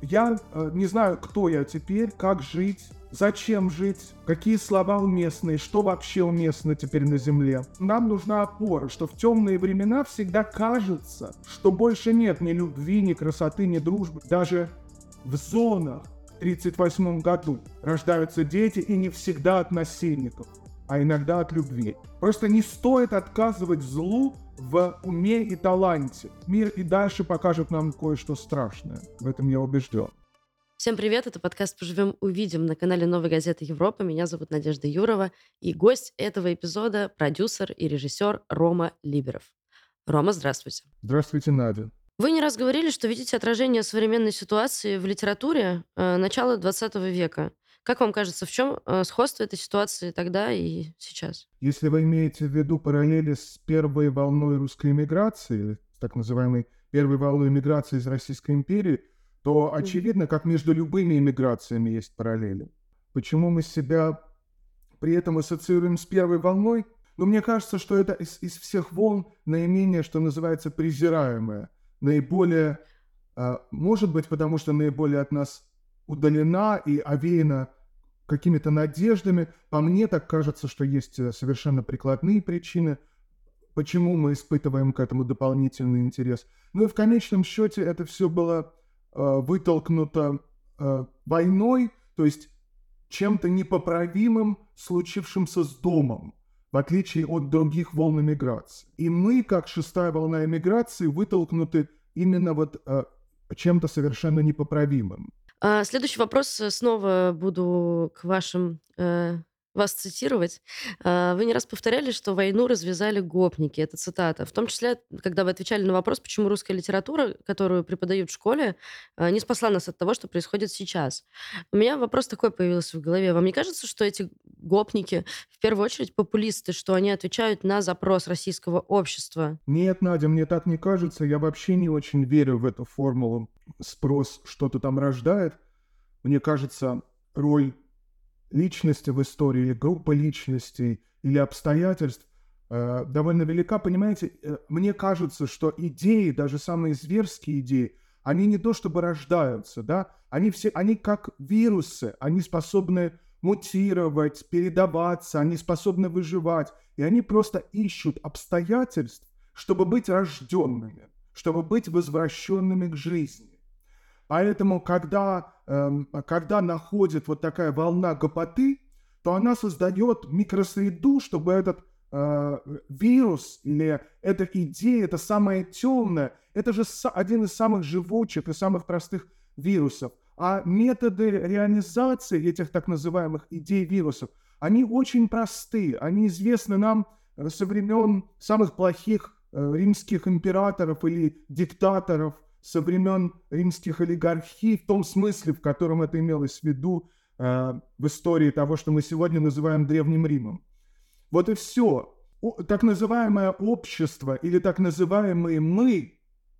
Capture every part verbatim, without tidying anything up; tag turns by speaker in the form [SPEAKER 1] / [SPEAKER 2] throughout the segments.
[SPEAKER 1] Я э, не знаю, кто я теперь, как жить, зачем жить, какие слова уместны, что вообще уместно теперь на Земле. Нам нужна опора, что в темные времена всегда кажется, что больше нет ни любви, ни красоты, ни дружбы. Даже в зонах в тридцать восьмом году рождаются дети, и не всегда от насильников, а иногда от любви. Просто не стоит отказывать злу в уме и таланте. Мир и дальше покажет нам кое-что страшное. В этом я убежден.
[SPEAKER 2] Всем привет, это подкаст «Поживем, увидим» на канале «Новой газеты Европа». Меня зовут Надежда Юрова, и гость этого эпизода– продюсер и режиссер Рома Либеров. Рома, здравствуйте.
[SPEAKER 1] Здравствуйте, Надя.
[SPEAKER 2] Вы не раз говорили, что видите отражение современной ситуации в литературе э, начала двадцатого века. Как вам кажется, в чем э, сходство этой ситуации тогда и сейчас?
[SPEAKER 1] Если вы имеете в виду параллели с первой волной русской эмиграции, с так называемой первой волной эмиграции из Российской империи, то очевидно, как между любыми эмиграциями есть параллели. Почему мы себя при этом ассоциируем с первой волной? Но мне кажется, что это из, из всех волн наименее, что называется, презираемое, наиболее, э, может быть, потому что наиболее от нас удалена и овеяна какими-то надеждами. По мне так кажется, что есть совершенно прикладные причины, почему мы испытываем к этому дополнительный интерес. Ну и в конечном счете это все было э, вытолкнуто э, войной, то есть чем-то непоправимым, случившимся с домом, в отличие от других волн эмиграции. И мы, как шестая волна эмиграции, вытолкнуты именно вот э, чем-то совершенно непоправимым.
[SPEAKER 2] А, Следующий вопрос э, снова буду к вашим э, вас цитировать. А, Вы не раз повторяли, что войну развязали гопники. Это цитата. В том числе, когда вы отвечали на вопрос, почему русская литература, которую преподают в школе, а, не спасла нас от того, что происходит сейчас. У меня вопрос такой появился в голове. Вам не кажется, что эти гопники в первую очередь популисты, что они отвечают на запрос российского общества?
[SPEAKER 1] Нет, Надя, мне так не кажется. Я вообще не очень верю в эту формулу. Спрос что-то там рождает. Мне кажется, роль личности в истории, или группы личностей, или обстоятельств э, довольно велика. Понимаете, э, мне кажется, что идеи, даже самые зверские идеи, они не то чтобы рождаются, да, они все, они как вирусы, они способны мутировать, передаваться, они способны выживать, и они просто ищут обстоятельств, чтобы быть рожденными, чтобы быть возвращенными к жизни. Поэтому, когда, эм, когда находит вот такая волна гопоты, то она создает микросреду, чтобы этот э, вирус или эта идея, это самое темное, это же са- один из самых живучих и самых простых вирусов. А методы реализации этих так называемых идей вирусов, они очень просты, они известны нам э, со времен самых плохих э, римских императоров или диктаторов, со времен римских олигархий, в том смысле, в котором это имелось в виду э, в истории того, что мы сегодня называем Древним Римом. Вот и все. О, так называемое общество или так называемые мы,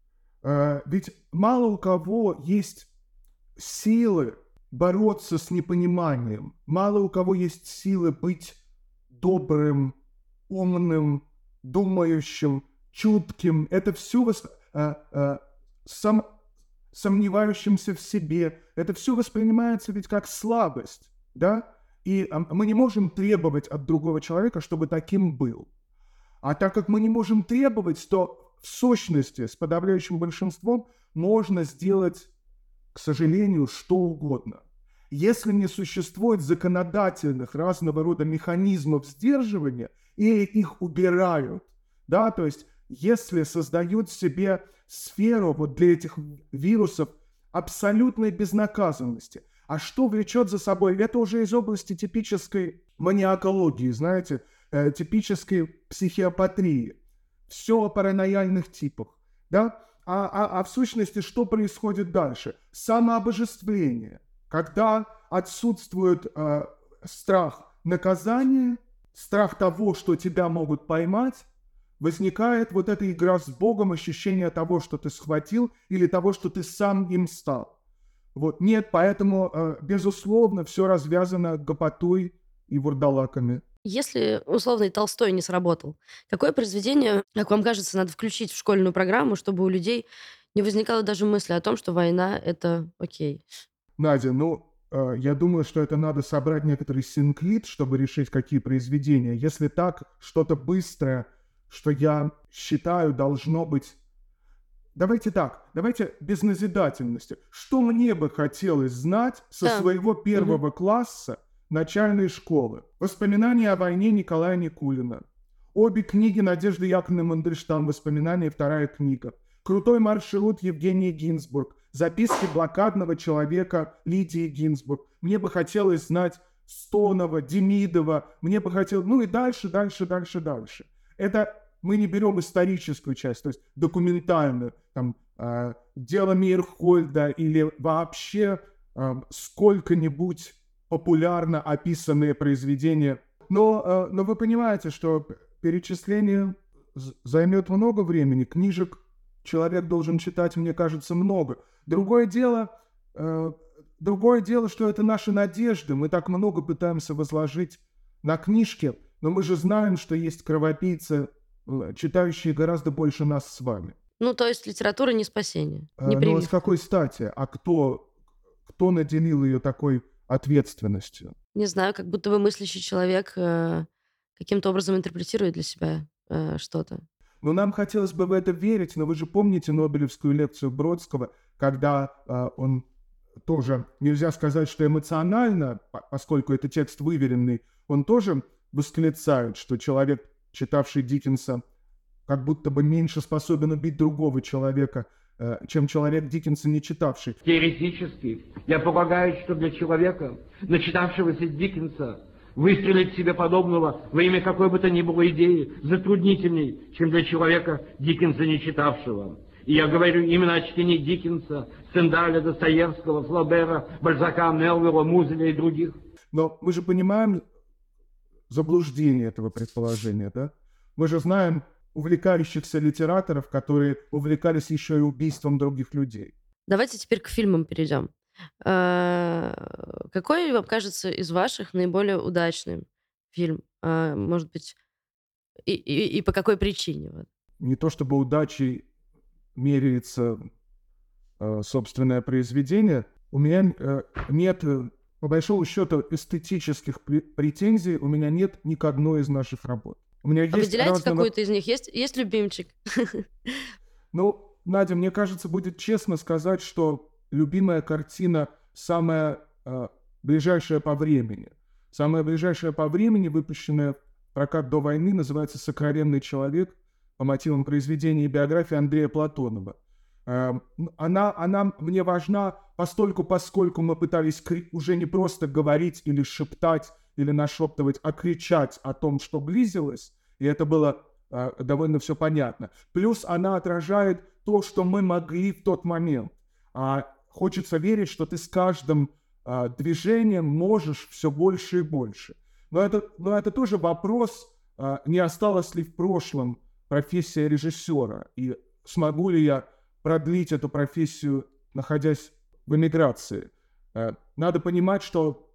[SPEAKER 1] э, ведь мало у кого есть силы бороться с непониманием, мало у кого есть силы быть добрым, умным, думающим, чутким. Это все вос... э, э, сам, сомневающимся в себе. Это все воспринимается ведь как слабость, да? И а, мы не можем требовать от другого человека, чтобы таким был. А так как мы не можем требовать, то в сущности с подавляющим большинством можно сделать, к сожалению, что угодно. Если не существует законодательных разного рода механизмов сдерживания или их убирают, да, то есть если создают себе сферу вот для этих вирусов абсолютной безнаказанности. А что влечет за собой? Это уже из области типической маниакологии, знаете, э, типической психиатрии. Все о паранояльных типах. Да? А, а, а в сущности, что происходит дальше? Самообожествление. Когда отсутствует э, страх наказания, страх того, что тебя могут поймать, возникает вот эта игра с Богом, ощущение того, что ты схватил, или того, что ты сам им стал. Вот нет, поэтому, э, безусловно, все развязано гопотой и вурдалаками.
[SPEAKER 2] Если условный Толстой не сработал, какое произведение, как вам кажется, надо включить в школьную программу, чтобы у людей не возникало даже мысли о том, что война- это окей?
[SPEAKER 1] Надя, ну, э, я думаю, что это надо собрать некоторый синклит, чтобы решить, какие произведения. Если так, что-то быстрое, что я считаю должно быть... Давайте так, давайте без назидательности. Что мне бы хотелось знать со
[SPEAKER 2] Да.
[SPEAKER 1] своего
[SPEAKER 2] Мгм.
[SPEAKER 1] первого класса начальной школы? Воспоминания о войне Николая Никулина. Обе книги Надежды Яковлевны Мандельштам. Воспоминания, вторая книга. Крутой маршрут Евгении Гинзбург. Записки блокадного человека Лидии Гинзбург. Мне бы хотелось знать Стонова, Демидова. Мне бы хотелось... Ну и дальше, дальше, дальше, дальше. Это мы не берем историческую часть, то есть документальную, там, э, дело Мейерхольда или вообще э, сколько-нибудь популярно описанные произведения. Но, э, но вы понимаете, что перечисление з- займет много времени. Книжек человек должен читать, мне кажется, много. Другое дело, э, другое дело, что это наши надежды. Мы так много пытаемся возложить на книжки, но мы же знаем, что есть кровопийцы, э, читающие гораздо больше нас с вами.
[SPEAKER 2] Ну, то есть литература не спасение, не
[SPEAKER 1] Э, Но с
[SPEAKER 2] прививка.
[SPEAKER 1] какой стати? А кто, кто наделил ее такой ответственностью?
[SPEAKER 2] Не знаю, как будто бы мыслящий человек, э, каким-то образом интерпретирует для себя, э, что-то.
[SPEAKER 1] Ну, нам хотелось бы в это верить, но вы же помните Нобелевскую лекцию Бродского, когда а, он тоже, нельзя сказать, что эмоционально, по- поскольку это текст выверенный, он тоже восклицает, что человек, читавший Диккенса, как будто бы меньше способен убить другого человека, э, чем человек Диккенса, не читавший.
[SPEAKER 3] Теоретически, я полагаю, что для человека, начитавшегося Диккенса, выстрелить себе подобного во имя какой бы то ни было идеи затруднительней, чем для человека, Диккенса не читавшего. И я говорю именно о чтении Диккенса, Стендаля, Достоевского, Флобера, Бальзака, Мелвилла, Музеля и других.
[SPEAKER 1] Но мы же понимаем заблуждение этого предположения, да? Мы же знаем увлекающихся литераторов, которые увлекались еще и убийством других людей.
[SPEAKER 2] Давайте теперь к фильмам перейдем. Э, какой вам кажется из ваших наиболее удачным фильм? А, может быть, и и и по какой причине? Вот.
[SPEAKER 1] Не то чтобы удачей меряется э, собственное произведение. У меня э, нет, э, по большому счету, эстетических пре- претензий, у меня нет ни к одной из наших работ. У меня
[SPEAKER 2] А
[SPEAKER 1] есть
[SPEAKER 2] выделяете
[SPEAKER 1] разного...
[SPEAKER 2] какую-то из них? Есть есть любимчик?
[SPEAKER 1] Ну, Надя, мне кажется, будет честно сказать, что любимая картина самая э, ближайшая по времени. Самая ближайшая по времени, выпущенная в прокат до войны, называется «Сокровенный человек» по мотивам произведения и биографии Андрея Платонова. Э, она, она мне важна постольку, поскольку мы пытались кри- уже не просто говорить или шептать, или нашептывать, а кричать о том, что близилось, и это было э, довольно все понятно. Плюс она отражает то, что мы могли в тот момент. А хочется верить, что ты с каждым а, движением можешь все больше и больше. Но это, но это тоже вопрос, а, не осталась ли в прошлом профессия режиссера, и смогу ли я продлить эту профессию, находясь в эмиграции. А, надо понимать, что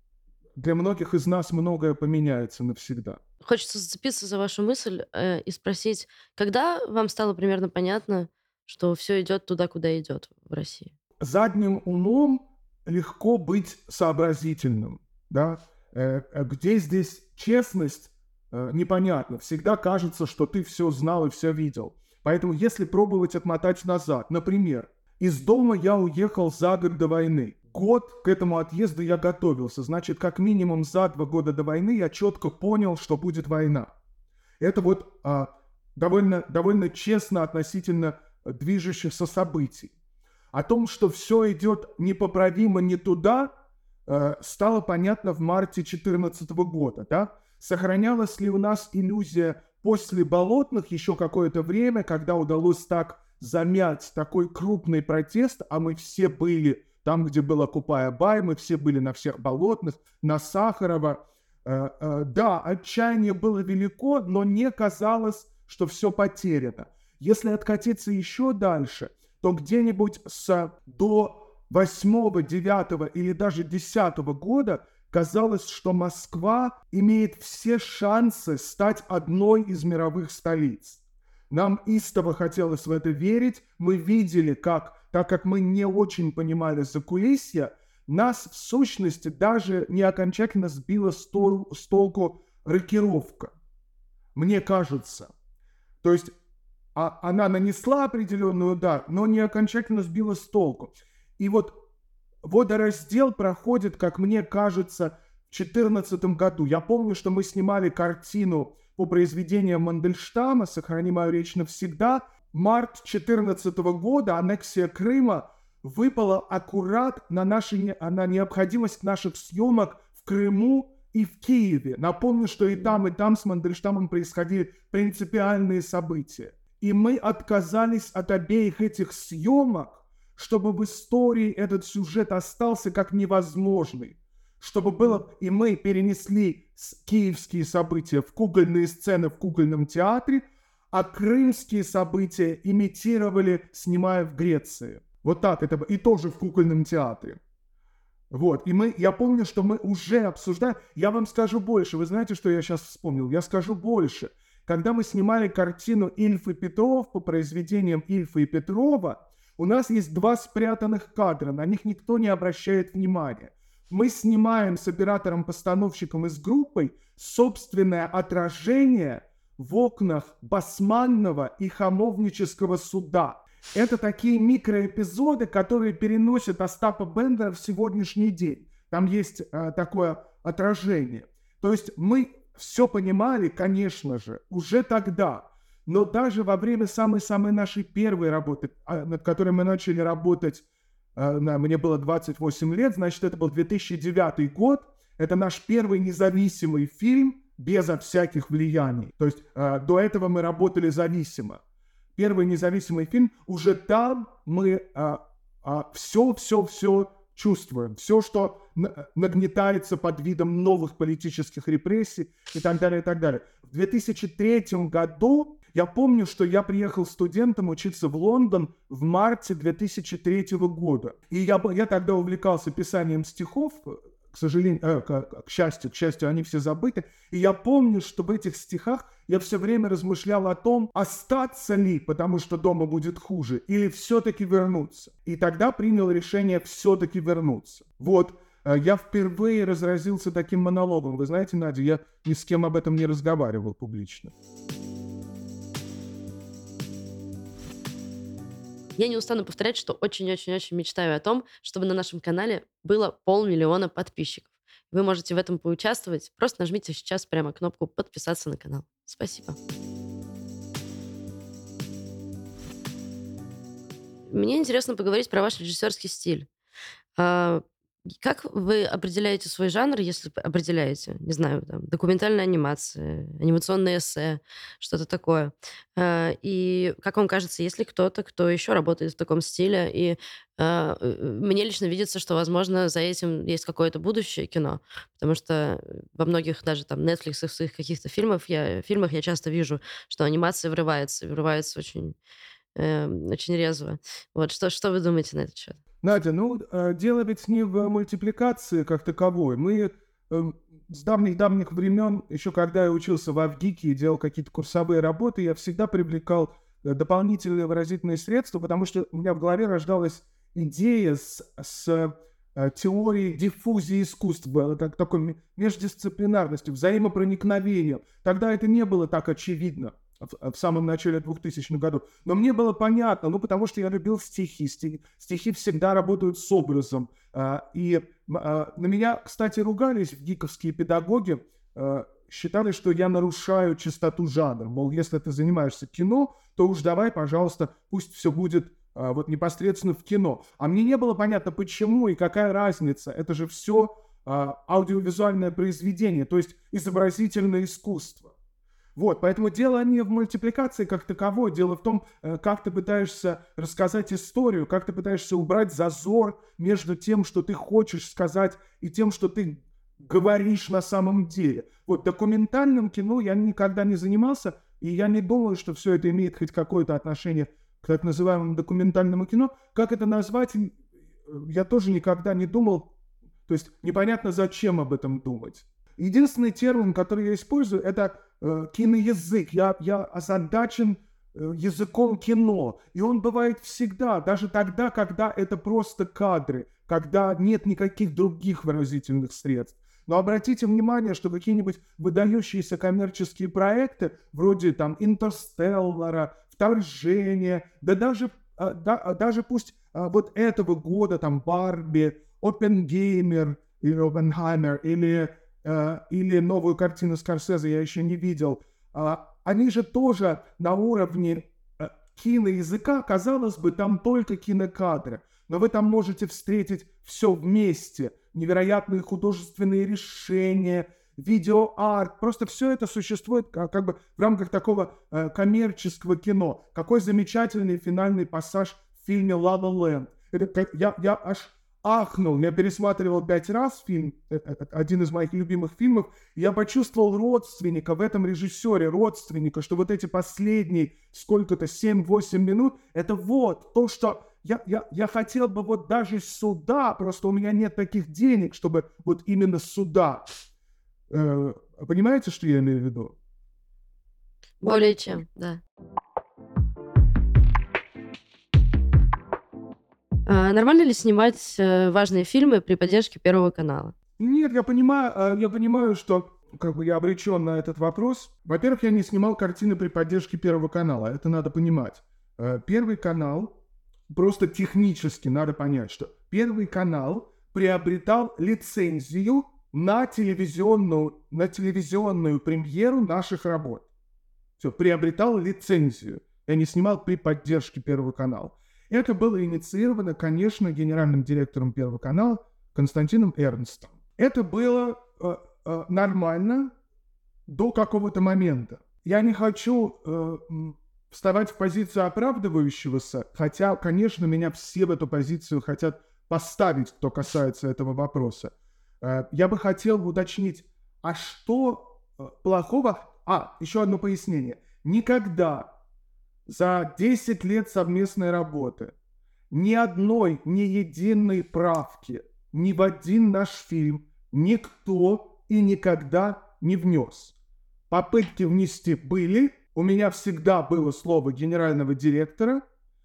[SPEAKER 1] для многих из нас многое поменяется навсегда.
[SPEAKER 2] Хочется зацепиться за вашу мысль, э, и спросить, когда вам стало примерно понятно, что все идет туда, куда идет в России?
[SPEAKER 1] Задним умом легко быть сообразительным, да? Э, э, где здесь честность, э, непонятно. Всегда кажется, что ты все знал и все видел. Поэтому если пробовать отмотать назад, например, из дома я уехал за год до войны. Год к этому отъезду я готовился. Значит, как минимум за два года до войны я четко понял, что будет война. Это вот а, довольно, довольно честно относительно движущихся событий. О том, что все идет непоправимо не туда, э, стало понятно в марте две тысячи четырнадцатого года. Да? Сохранялась ли у нас иллюзия после Болотных еще какое-то время, когда удалось так замять такой крупный протест, а мы все были там, где был Окупай-Бай, мы все были на всех Болотных, на Сахарова. Э, э, да, отчаяние было велико, но не казалось, что все потеряно. Если откатиться еще дальше, то где-нибудь с до восьмого, девятого или даже десятого года казалось, что Москва имеет все шансы стать одной из мировых столиц. Нам истово хотелось в это верить. Мы видели, как, так как мы не очень понимали закулисья, нас в сущности даже не окончательно сбила с тол- с толку рокировка. Мне кажется. То есть а, она нанесла определенный удар, но не окончательно сбила с толку. И вот водораздел проходит, как мне кажется, в две тысячи четырнадцатом году. Я помню, что мы снимали картину по произведениям Мандельштама «Сохрани мою речь навсегда». Март две тысячи четырнадцатого года, аннексия Крыма, выпала аккурат на, наши, на необходимость наших съемок в Крыму и в Киеве. Напомню, что и там, и там с Мандельштамом происходили принципиальные события. И мы отказались от обеих этих съемок, чтобы в истории этот сюжет остался как невозможный. Чтобы было... И мы перенесли киевские события в кукольные сцены в кукольном театре, а крымские события имитировали, снимая в Греции. Вот так это было. И тоже в кукольном театре. Вот. И мы, я помню, что мы уже обсуждаем. Я вам скажу больше. Вы знаете, что я сейчас вспомнил? Я скажу больше. Когда мы снимали картину «Ильф и Петров» по произведениям Ильфа и Петрова, у нас есть два спрятанных кадра. На них никто не обращает внимания. Мы снимаем с оператором-постановщиком и с группой собственное отражение в окнах Басманного и Хамовнического суда. Это такие микроэпизоды, которые переносят Остапа Бендера в сегодняшний день. Там есть э, такое отражение. То есть мы все понимали, конечно же, уже тогда. Но даже во время самой-самой нашей первой работы, над которой мы начали работать, э, мне было двадцать восемь лет, значит, это был две тысячи девятый год. Это наш первый независимый фильм безо всяких влияний. То есть э, до этого мы работали зависимо. Первый независимый фильм, уже там мы все-все-все чувствуем. Все, что нагнетается под видом новых политических репрессий и так далее, и так далее. В две тысячи третьем году я помню, что я приехал студентом учиться в Лондон в марте две тысячи третьего года. И я, я тогда увлекался писанием стихов. К сожалению, э, к, к счастью, к счастью, они все забыты. И я помню, что в этих стихах я все время размышлял о том, остаться ли, потому что дома будет хуже, или все-таки вернуться. И тогда принял решение все-таки вернуться. Вот, э, я впервые разразился таким монологом. Вы знаете, Надя, я ни с кем об этом не разговаривал публично.
[SPEAKER 2] Я не устану повторять, что очень-очень-очень мечтаю о том, чтобы на нашем канале было полмиллиона подписчиков. Вы можете в этом поучаствовать. Просто нажмите сейчас прямо кнопку «Подписаться на канал». Спасибо. Мне интересно поговорить про ваш режиссерский стиль. А, Как вы определяете свой жанр, если определяете? Не знаю, там, документальная анимация, анимационное эссе, что-то такое. А, И как вам кажется, есть ли кто-то, кто еще работает в таком стиле? И а, э, мне лично видится, что, возможно, за этим есть какое-то будущее кино, потому что во многих даже там Netflix своих каких-то фильмов я, фильмах я часто вижу, что анимация врывается, и врывается очень, э, очень резво. Вот что, что вы думаете на этот счет?
[SPEAKER 1] Надя, ну, э, дело ведь не в мультипликации как таковой. Мы э, с давних-давних времен, еще когда я учился в Авгике и делал какие-то курсовые работы, я всегда привлекал э, дополнительные выразительные средства, потому что у меня в голове рождалась идея с, с э, теорией диффузии искусства, так, такой междисциплинарностью, взаимопроникновением. Тогда это не было так очевидно. В, в самом начале двухтысячных годов. Но мне было понятно, ну, потому что я любил стихи. Стихи, стихи всегда работают с образом. А, и а, на меня, кстати, ругались гиковские педагоги, а, считали, что я нарушаю чистоту жанра. Мол, если ты занимаешься кино, то уж давай, пожалуйста, пусть все будет а, вот непосредственно в кино. А мне не было понятно, почему и какая разница. Это же все а, аудиовизуальное произведение, то есть изобразительное искусство. Вот, поэтому дело не в мультипликации как таковой, дело в том, как ты пытаешься рассказать историю, как ты пытаешься убрать зазор между тем, что ты хочешь сказать, и тем, что ты говоришь на самом деле. Вот документальным кино я никогда не занимался, и я не думаю, что все это имеет хоть какое-то отношение к так называемому документальному кино. Как это назвать, я тоже никогда не думал. То есть непонятно, зачем об этом думать. Единственный термин, который я использую, это э, киноязык. Я, я озадачен э, языком кино. И он бывает всегда, даже тогда, когда это просто кадры, когда нет никаких других выразительных средств. Но обратите внимание, что какие-нибудь выдающиеся коммерческие проекты, вроде там «Интерстеллара», «Вторжения», да даже, а, да, даже пусть а, вот этого года там «Барби», «Оппенгеймер» или «Оппенхаймер», или, а, или новую картину Скорсезе я еще не видел, а, они же тоже на уровне а, киноязыка, казалось бы, там только кинокадры, но вы там можете встретить все вместе. Невероятные художественные решения, видеоарт. Просто все это существует как, как бы в рамках такого э, коммерческого кино. Какой замечательный финальный пассаж в фильме «Ла Ла Ленд». Это, как, я, я аж ахнул. Я пересматривал пять раз фильм, это один из моих любимых фильмов. И я почувствовал родственника в этом режиссере, родственника, что вот эти последние сколько-то семь-восемь минут, это вот то, что... Я, я, я хотел бы вот даже сюда, просто у меня нет таких денег, чтобы вот именно сюда. Э, понимаете, что я имею в виду?
[SPEAKER 2] Более чем, да. А нормально ли снимать э, важные фильмы при поддержке Первого канала?
[SPEAKER 1] Нет, я понимаю, я понимаю, что как бы я обречен на этот вопрос. Во-первых, я не снимал картины при поддержке Первого канала, это надо понимать. Первый канал... Просто технически надо понять, что Первый канал приобретал лицензию на телевизионную, на телевизионную премьеру наших работ. Все, приобретал лицензию. Я не снимал при поддержке Первого канала. Это было инициировано, конечно, генеральным директором Первого канала Константином Эрнстом. Это было э, э, нормально до какого-то момента. Я не хочу... Э, вставать в позицию оправдывающегося, хотя, конечно, меня все в эту позицию хотят поставить, кто касается этого вопроса. Я бы хотел уточнить, а что плохого... А, еще одно пояснение. Никогда за десять лет совместной работы ни одной, ни единой правки ни в один наш фильм никто и никогда не внес. Попытки внести были... У меня всегда было слово генерального директора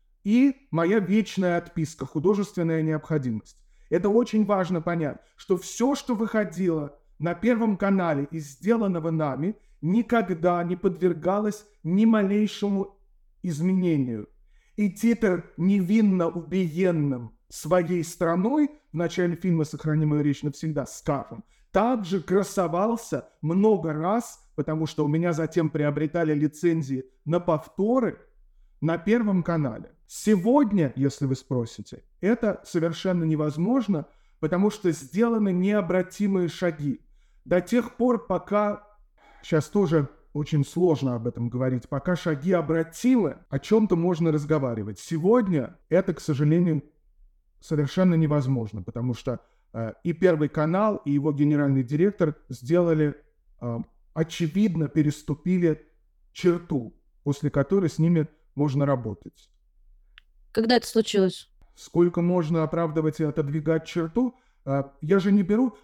[SPEAKER 1] и моя вечная отписка, художественная необходимость. Это очень важно понять, что все, что выходило на Первом канале и сделанного нами, никогда не подвергалось ни малейшему изменению. И титр «Невинно убиенным своей страной» в начале фильма «Сохрани мою речь навсегда» с Кафом также красовался много раз, потому что у меня затем приобретали лицензии на повторы на Первом канале. Сегодня, если вы спросите, это совершенно невозможно, потому что сделаны необратимые шаги. До тех пор, пока... Сейчас тоже очень сложно об этом говорить. Пока шаги обратимы, о чем-то можно разговаривать. Сегодня это, к сожалению, совершенно невозможно, потому что э, и Первый канал, и его генеральный директор сделали... Э, очевидно переступили черту, после которой с ними можно работать.
[SPEAKER 2] Когда это случилось?
[SPEAKER 1] Сколько можно оправдывать и отодвигать черту? Я же не беру...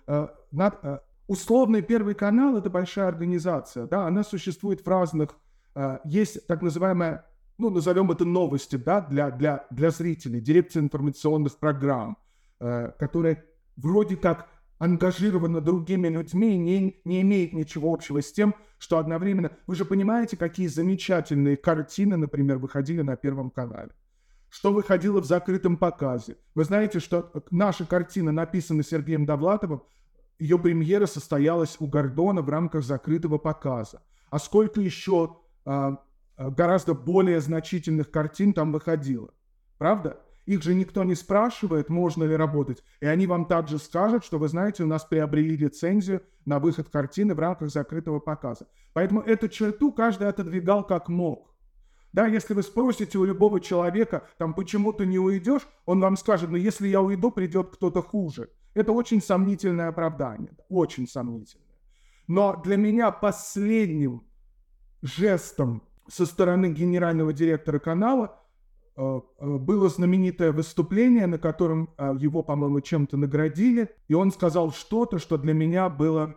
[SPEAKER 1] Условный Первый канал — это большая организация, да, она существует в разных... Есть так называемая, ну, назовем это новости, да, для, для, для зрителей, дирекция информационных программ, которая вроде как... ангажирована другими людьми, не, не имеет ничего общего с тем, что одновременно... Вы же понимаете, какие замечательные картины, например, выходили на Первом канале. Что выходило в закрытом показе. Вы знаете, что наша картина написана Сергеем Довлатовым, ее премьера состоялась у Гордона в рамках закрытого показа. А сколько еще а, гораздо более значительных картин там выходило. Правда? Их же никто не спрашивает, можно ли работать. И они вам также скажут, что, вы знаете, у нас приобрели лицензию на выход картины в рамках закрытого показа. Поэтому эту черту каждый отодвигал как мог. Да, если вы спросите у любого человека, там, почему ты не уйдешь, он вам скажет, ну, если я уйду, придет кто-то хуже. Это очень сомнительное оправдание. Очень сомнительное. Но для меня последним жестом со стороны генерального директора канала э, э, было знаменитое выступление, на котором э, его, по-моему, чем-то наградили, и он сказал что-то, что для меня было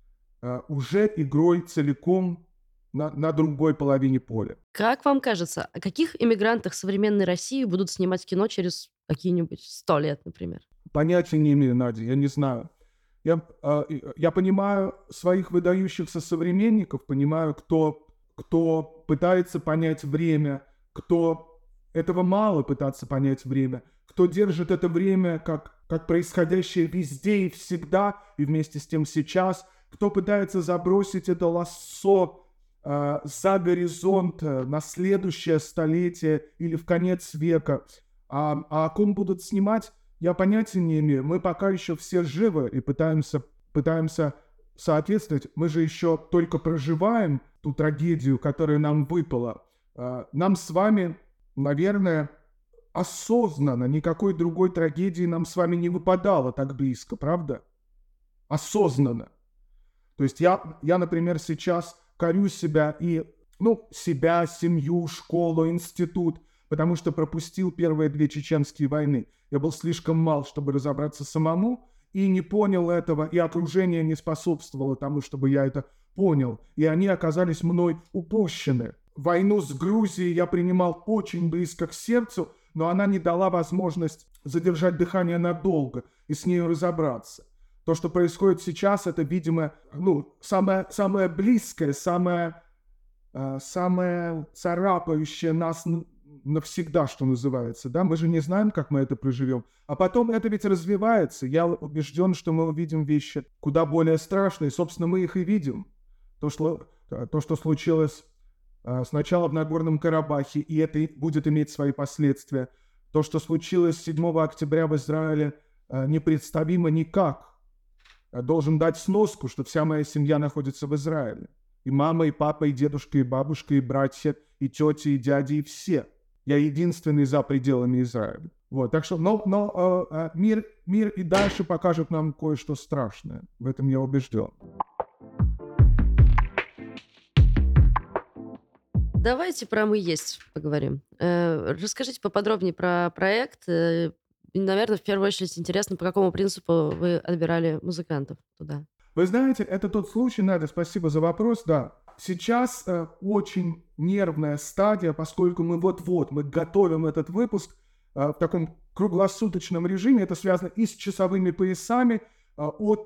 [SPEAKER 1] э, уже игрой целиком на, на другой половине поля.
[SPEAKER 2] Как вам кажется, о каких иммигрантах современной России будут снимать кино через какие-нибудь сто лет, например?
[SPEAKER 1] Понятия не имею, Надя, я не знаю. Я, э, я понимаю своих выдающихся современников, понимаю, кто, кто пытается понять время, кто этого мало пытаться понять время, кто держит это время как, как происходящее везде и всегда, и вместе с тем сейчас, кто пытается забросить это лассо э, за горизонт э, на следующее столетие или в конец века. А, а о ком будут снимать, я понятия не имею. Мы пока еще все живы и пытаемся, пытаемся соответствовать. Мы же еще только проживаем ту трагедию, которая нам выпала. Э, нам с вами, наверное, осознанно никакой другой трагедии нам с вами не выпадало так близко, правда? Осознанно. То есть я, я, например, сейчас корю себя и, ну, себя, семью, школу, институт, потому что пропустил первые две чеченские войны. Я был слишком мал, чтобы разобраться самому, и не понял этого, и окружение не способствовало тому, чтобы я это понял. И они оказались мной упущены. Войну с Грузией я принимал очень близко к сердцу, но она не дала возможность задержать дыхание надолго и с нею разобраться. То, что происходит сейчас, это, видимо, ну, самое, самое близкое, самое, э, самое царапающее нас навсегда, что называется. Да? Мы же не знаем, как мы это проживем. А потом это ведь развивается. Я убежден, что мы увидим вещи куда более страшные. Собственно, мы их и видим. То, что, то, что случилось э, сначала в Нагорном Карабахе, и это будет иметь свои последствия. То, что случилось седьмого октября в Израиле, э, непредставимо никак. Должен дать сноску, что вся моя семья находится в Израиле. И мама, и папа, и дедушка, и бабушка, и братья, и тети, и дяди, и все. Я единственный за пределами Израиля. Вот, так что, но, но э, мир, мир и дальше покажет нам кое-что страшное. В этом я убежден.
[SPEAKER 2] Давайте про «Мы есть» поговорим. Э, расскажите поподробнее про проект. Э, И, наверное, в первую очередь интересно, по какому принципу вы отбирали музыкантов туда.
[SPEAKER 1] Вы знаете, это тот случай, Надя, спасибо за вопрос, да. Сейчас э, очень нервная стадия, поскольку мы вот-вот, мы готовим этот выпуск э, в таком круглосуточном режиме. Это связано и с часовыми поясами э, от,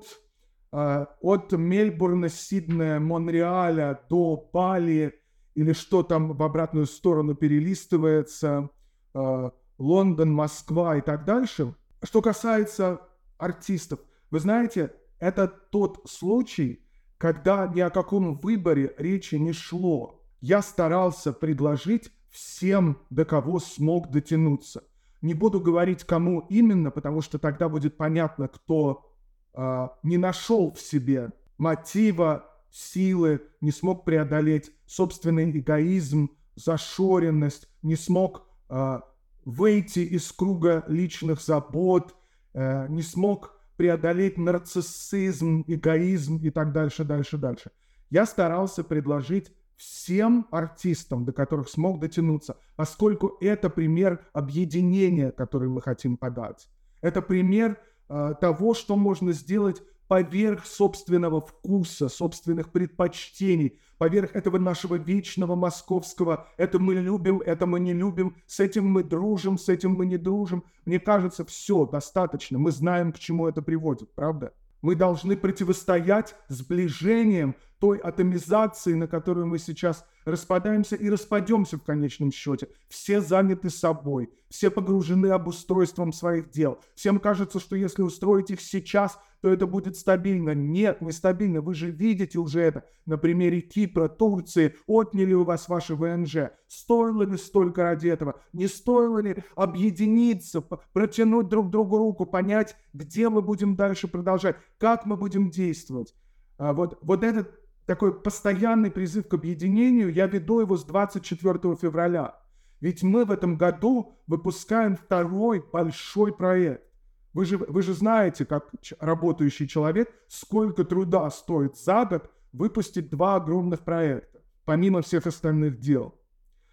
[SPEAKER 1] э, от Мельбурна, Сиднея, Монреаля до Бали, или что там в обратную сторону перелистывается, э, Лондон, Москва и так дальше. Что касается артистов, вы знаете, это тот случай, когда ни о каком выборе речи не шло. Я старался предложить всем, до кого смог дотянуться. Не буду говорить, кому именно, потому что тогда будет понятно, кто э, не нашел в себе мотива, силы, не смог преодолеть собственный эгоизм, зашоренность, не смог э, выйти из круга личных забот, э, не смог преодолеть нарциссизм, эгоизм и так дальше, дальше, дальше. Я старался предложить всем артистам, до которых смог дотянуться, поскольку это пример объединения, который мы хотим подать. Это пример э, того, что можно сделать поверх собственного вкуса, собственных предпочтений, поверх этого нашего вечного московского «это мы любим, это мы не любим, с этим мы дружим, с этим мы не дружим». Мне кажется, все достаточно, мы знаем, к чему это приводит, правда? Мы должны противостоять сближением той атомизации, на которую мы сейчас распадаемся и распадемся в конечном счете. Все заняты собой, все погружены обустройством своих дел. Всем кажется, что если устроить их сейчас, то это будет стабильно. Нет, не стабильно. Вы же видите уже это на примере Кипра, Турции. Отняли у вас ваши вэ эн жэ. Стоило ли столько ради этого? Не стоило ли объединиться, протянуть друг другу руку, понять, где мы будем дальше продолжать, как мы будем действовать? А вот, вот этот такой постоянный призыв к объединению, я веду его с двадцать четвёртого февраля. Ведь мы в этом году выпускаем второй большой проект. Вы же, вы же знаете, как работающий человек, сколько труда стоит за год выпустить два огромных проекта, помимо всех остальных дел.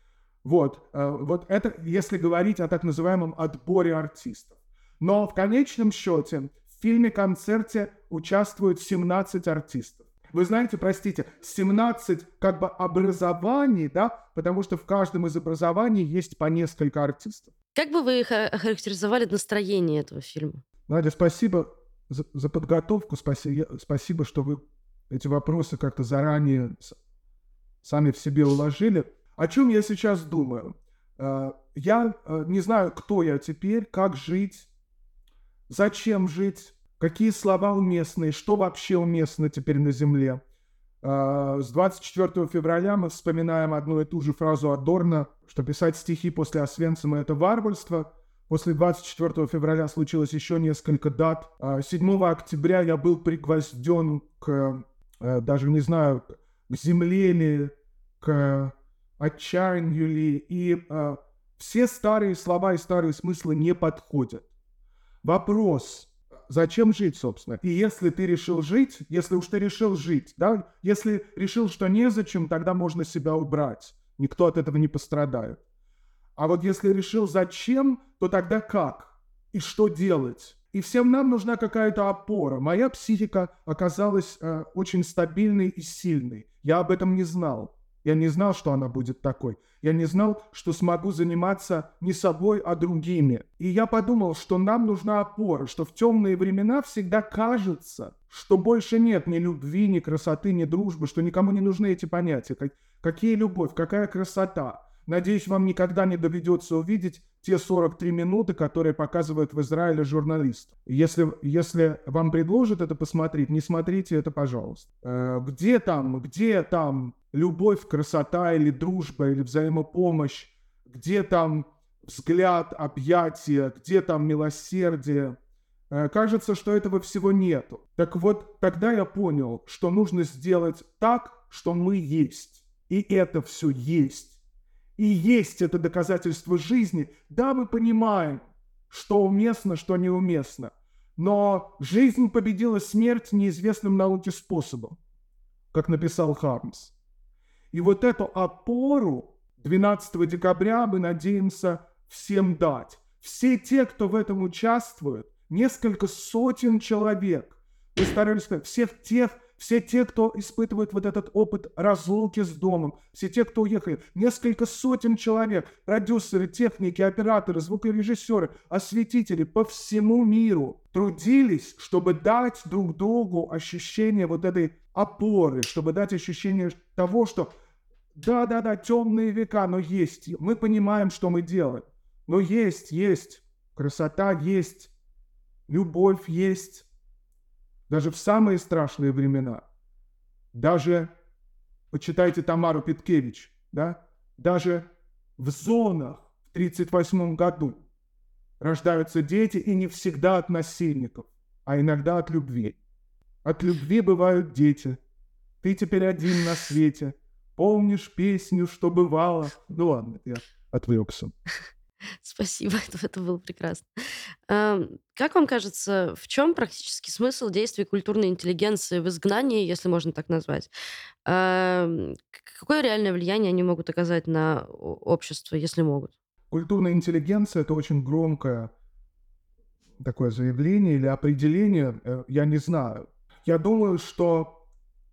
[SPEAKER 1] Вот, э, вот это если говорить о так называемом отборе артистов. Но в конечном счете в фильме-концерте участвуют семнадцать артистов. Вы знаете, простите, семнадцать как бы образований, да, потому что в каждом из образований есть по несколько артистов.
[SPEAKER 2] Как бы вы ха- охарактеризовали настроение этого фильма?
[SPEAKER 1] Надя, спасибо за, за подготовку, спасибо, спасибо, что вы эти вопросы как-то заранее с- сами в себе уложили. О чем я сейчас думаю? Э, Я э, не знаю, кто я теперь, как жить, зачем жить, какие слова уместны, что вообще уместно теперь на Земле. Э, С двадцать четвёртого февраля мы вспоминаем одну и ту же фразу Адорно, что писать стихи после Освенцима — это варварство. После двадцать четвёртого февраля случилось еще несколько дат. Э, седьмого октября я был пригвозден к, э, даже не знаю, к земле ли, к отчаянию ли. И э, все старые слова и старые смыслы не подходят. Вопрос, зачем жить, собственно? И если ты решил жить, если уж ты решил жить, да, если решил, что незачем, тогда можно себя убрать. Никто от этого не пострадает. А вот если решил зачем, то тогда как? И что делать? И всем нам нужна какая-то опора. Моя психика оказалась э, очень стабильной и сильной. Я об этом не знал. Я не знал, что она будет такой. Я не знал, что смогу заниматься не собой, а другими. И я подумал, что нам нужна опора, что в темные времена всегда кажется, что больше нет ни любви, ни красоты, ни дружбы, что никому не нужны эти понятия. Как, какие любовь, какая красота. Надеюсь, вам никогда не доведется увидеть те сорок три минуты, которые показывают в Израиле журналист. Если, если вам предложат это посмотреть, не смотрите это, пожалуйста. Э, где там, где там любовь, красота или дружба, или взаимопомощь? Где там взгляд, объятия? Где там милосердие? Э, кажется, что этого всего нету. Так вот, тогда я понял, что нужно сделать так, что мы есть. И это все есть. И есть это доказательство жизни. Да, мы понимаем, что уместно, что неуместно. Но жизнь победила смерть неизвестным науке способом, как написал Хармс. И вот эту опору двенадцатого декабря мы надеемся всем дать. Все те, кто в этом участвует, несколько сотен человек, мы старались сказать, всех тех, все те, кто испытывает вот этот опыт разлуки с домом, все те, кто уехали, несколько сотен человек, продюсеры, техники, операторы, звукорежиссеры, осветители по всему миру трудились, чтобы дать друг другу ощущение вот этой опоры, чтобы дать ощущение того, что да-да-да, темные века, но есть, мы понимаем, что мы делаем, но есть, есть, красота есть, любовь есть. Даже в самые страшные времена, даже, почитайте Тамару Петкевич, да, даже в зонах в тридцать восьмом году рождаются дети, и не всегда от насильников, а иногда от любви. От любви бывают дети. Ты теперь один на свете. Помнишь песню, что бывало? Ну ладно, я отвлекся.
[SPEAKER 2] Спасибо, это, это было прекрасно. Ам, Как вам кажется, в чем практический смысл действий культурной интеллигенции в изгнании, если можно так назвать? Ам, к- Какое реальное влияние они могут оказать на о- общество, если могут?
[SPEAKER 1] Культурная интеллигенция — это очень громкое такое заявление или определение, э, я не знаю. Я думаю, что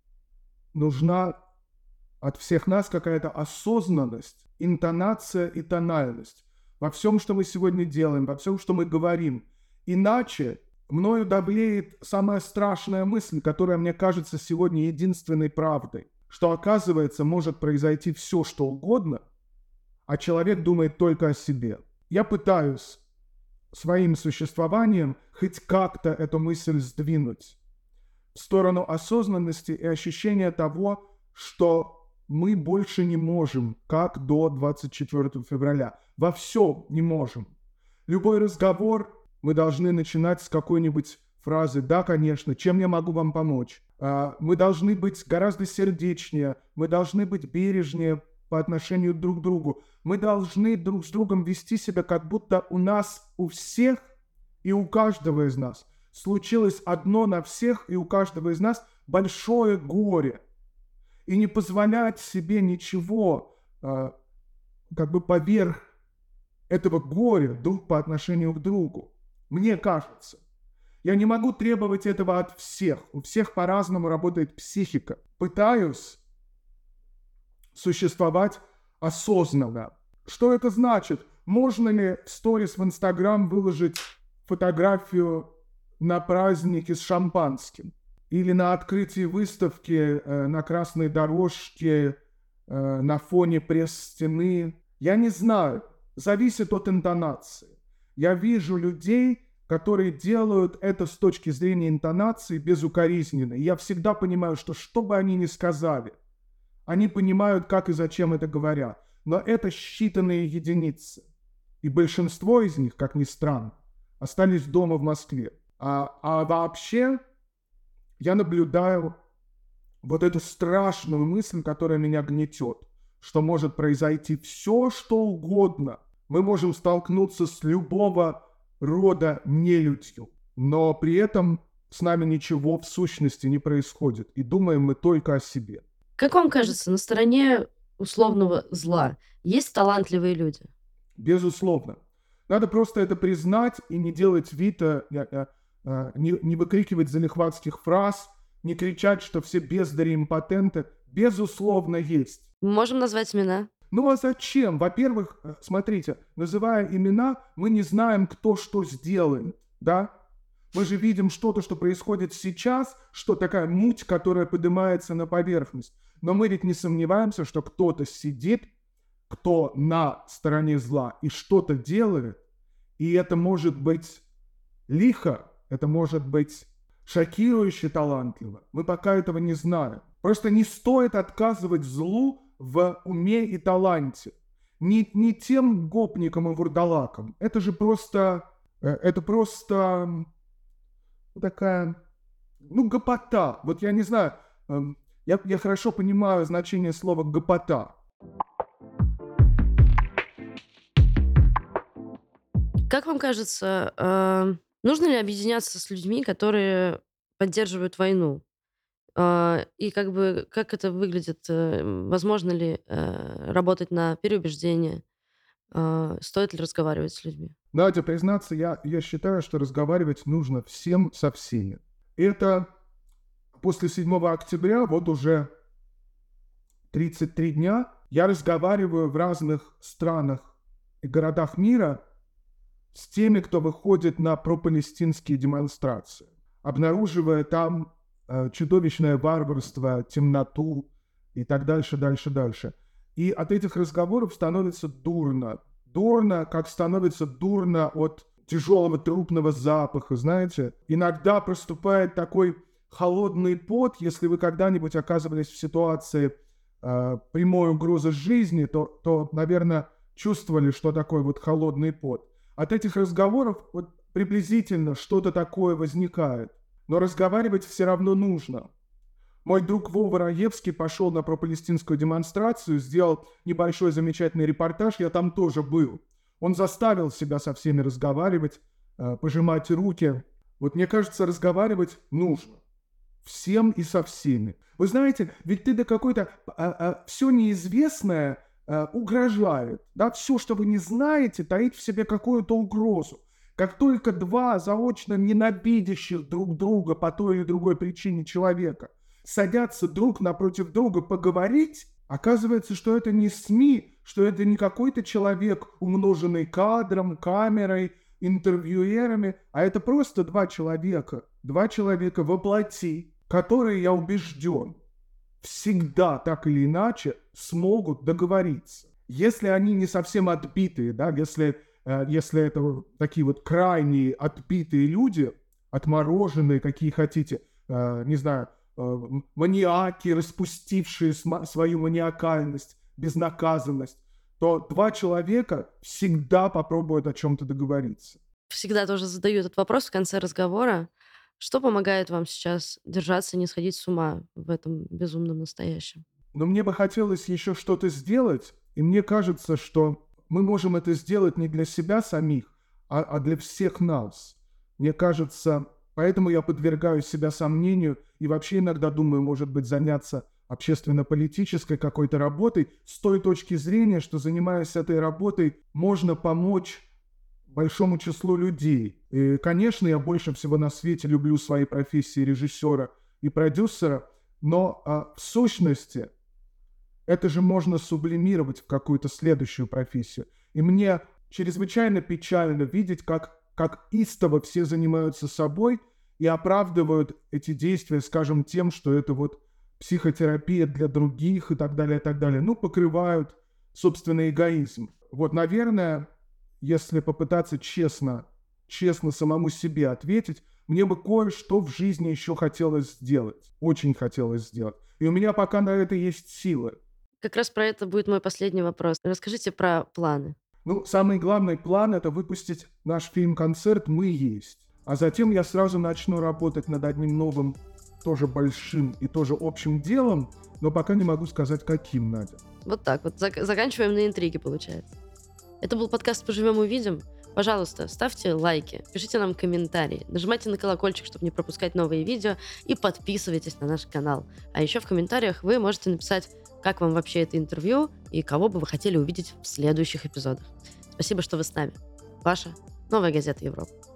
[SPEAKER 1] нужна от всех нас какая-то осознанность, интонация и тональность во всем, что мы сегодня делаем, во всем, что мы говорим. Иначе мною давлеет самая страшная мысль, которая мне кажется сегодня единственной правдой, что, оказывается, может произойти все, что угодно, а человек думает только о себе. Я пытаюсь своим существованием хоть как-то эту мысль сдвинуть в сторону осознанности и ощущения того, что мы больше не можем, как до двадцать четвёртого февраля. Во всем не можем. Любой разговор мы должны начинать с какой-нибудь фразы «Да, конечно, чем я могу вам помочь?». А, Мы должны быть гораздо сердечнее, мы должны быть бережнее по отношению друг к другу. Мы должны друг с другом вести себя, как будто у нас, у всех и у каждого из нас случилось одно на всех и у каждого из нас большое горе. И не позволять себе ничего э, как бы поверх этого горя друг по отношению к другу. Мне кажется. Я не могу требовать этого от всех. У всех по-разному работает психика. Пытаюсь существовать осознанно. Что это значит? Можно ли в сторис в Инстаграм выложить фотографию на празднике с шампанским? Или на открытии выставки э, на красной дорожке э, на фоне пресс-стены? Я не знаю. Зависит от интонации. Я вижу людей, которые делают это с точки зрения интонации безукоризненно. И я всегда понимаю, что что бы они ни сказали, они понимают, как и зачем это говорят. Но это считанные единицы. И большинство из них, как ни странно, остались дома в Москве. А, а вообще я наблюдаю вот эту страшную мысль, которая меня гнетет, что может произойти все, что угодно. Мы можем столкнуться с любого рода нелюдью, но при этом с нами ничего в сущности не происходит, и думаем мы только о себе.
[SPEAKER 2] Как вам кажется, на стороне условного зла есть талантливые люди?
[SPEAKER 1] Безусловно. Надо просто это признать и не делать вид, э, э, э, не, не выкрикивать залихватских фраз, не кричать, что все бездари импотенты. Безусловно, есть.
[SPEAKER 2] Мы можем назвать имена?
[SPEAKER 1] Ну а зачем? Во-первых, э, смотрите, называя имена, мы не знаем, кто что сделает, да? Мы же видим что-то, что происходит сейчас, что такая муть, которая поднимается на поверхность. Но мы ведь не сомневаемся, что кто-то сидит, кто на стороне зла и что-то делает, и это может быть лихо, это может быть шокирующе талантливо. Мы пока этого не знаем. Просто не стоит отказывать злу в уме и таланте. Не, не тем гопникам и вурдалакам. Это же просто... Это просто... такая... Ну, гопота. Вот я не знаю... Я, я хорошо понимаю значение слова «гопота».
[SPEAKER 2] Как вам кажется, э, нужно ли объединяться с людьми, которые поддерживают войну? Э, и как бы как это выглядит? Э, возможно ли э, работать на переубеждение? Э, стоит ли разговаривать с людьми?
[SPEAKER 1] Надя, признаться, я, я считаю, что разговаривать нужно всем со всеми. Это после седьмого октября, вот уже тридцать три дня, я разговариваю в разных странах и городах мира с теми, кто выходит на пропалестинские демонстрации, обнаруживая там э, чудовищное варварство, темноту и так дальше, дальше, дальше. И от этих разговоров становится дурно. Дурно, как становится дурно от тяжелого трупного запаха, знаете. Иногда проступает такой холодный пот, если вы когда-нибудь оказывались в ситуации э, прямой угрозы жизни, то, то, наверное, чувствовали, что такое вот холодный пот. От этих разговоров вот приблизительно что-то такое возникает. Но разговаривать все равно нужно. Мой друг Вова Раевский пошел на пропалестинскую демонстрацию, сделал небольшой замечательный репортаж, я там тоже был. Он заставил себя со всеми разговаривать, пожимать руки. Вот мне кажется, разговаривать нужно. Всем и со всеми. Вы знаете, ведь ты до какой-то... А, а, все неизвестное а, угрожает. Да? Все, что вы не знаете, таит в себе какую-то угрозу. Как только два заочно ненавидящих друг друга по той или другой причине человека садятся друг напротив друга поговорить, оказывается, что это не СМИ, что это не какой-то человек, умноженный кадром, камерой, интервьюерами, а это просто два человека, два человека воплоти, которые, я убежден, всегда так или иначе смогут договориться. Если они не совсем отбитые, да, если, э, если это такие вот крайние отбитые люди, отмороженные, какие хотите, э, не знаю, э, маниаки, распустившие см- свою маниакальность, безнаказанность, то два человека всегда попробуют о чем-то договориться.
[SPEAKER 2] Всегда тоже задаю этот вопрос в конце разговора. Что помогает вам сейчас держаться и не сходить с ума в этом безумном настоящем?
[SPEAKER 1] Но мне бы хотелось еще что-то сделать, и мне кажется, что мы можем это сделать не для себя самих, а, а для всех нас. Мне кажется, поэтому я подвергаю себя сомнению и вообще иногда думаю, может быть, заняться общественно-политической какой-то работой с той точки зрения, что, занимаясь этой работой, можно помочь большому числу людей. И, конечно, я больше всего на свете люблю свои профессии режиссера и продюсера, но а, в сущности это же можно сублимировать в какую-то следующую профессию. И мне чрезвычайно печально видеть, как, как истово все занимаются собой и оправдывают эти действия, скажем, тем, что это вот психотерапия для других и так далее, и так далее. Ну, покрывают собственный эгоизм. Вот, наверное, если попытаться честно, честно самому себе ответить, мне бы кое-что в жизни еще хотелось сделать. Очень хотелось сделать. И у меня пока на это есть силы.
[SPEAKER 2] Как раз про это будет мой последний вопрос. Расскажите про планы.
[SPEAKER 1] Ну, самый главный план — это выпустить наш фильм-концерт «Мы есть». А затем я сразу начну работать над одним новым, тоже большим и тоже общим делом, но пока не могу сказать, каким, Надя.
[SPEAKER 2] Вот так вот. Зак- заканчиваем на интриге, получается. Это был подкаст «Поживем, увидим». Пожалуйста, ставьте лайки, пишите нам комментарии, нажимайте на колокольчик, чтобы не пропускать новые видео, и подписывайтесь на наш канал. А еще в комментариях вы можете написать, как вам вообще это интервью и кого бы вы хотели увидеть в следующих эпизодах. Спасибо, что вы с нами. Ваша Новая газета Европы.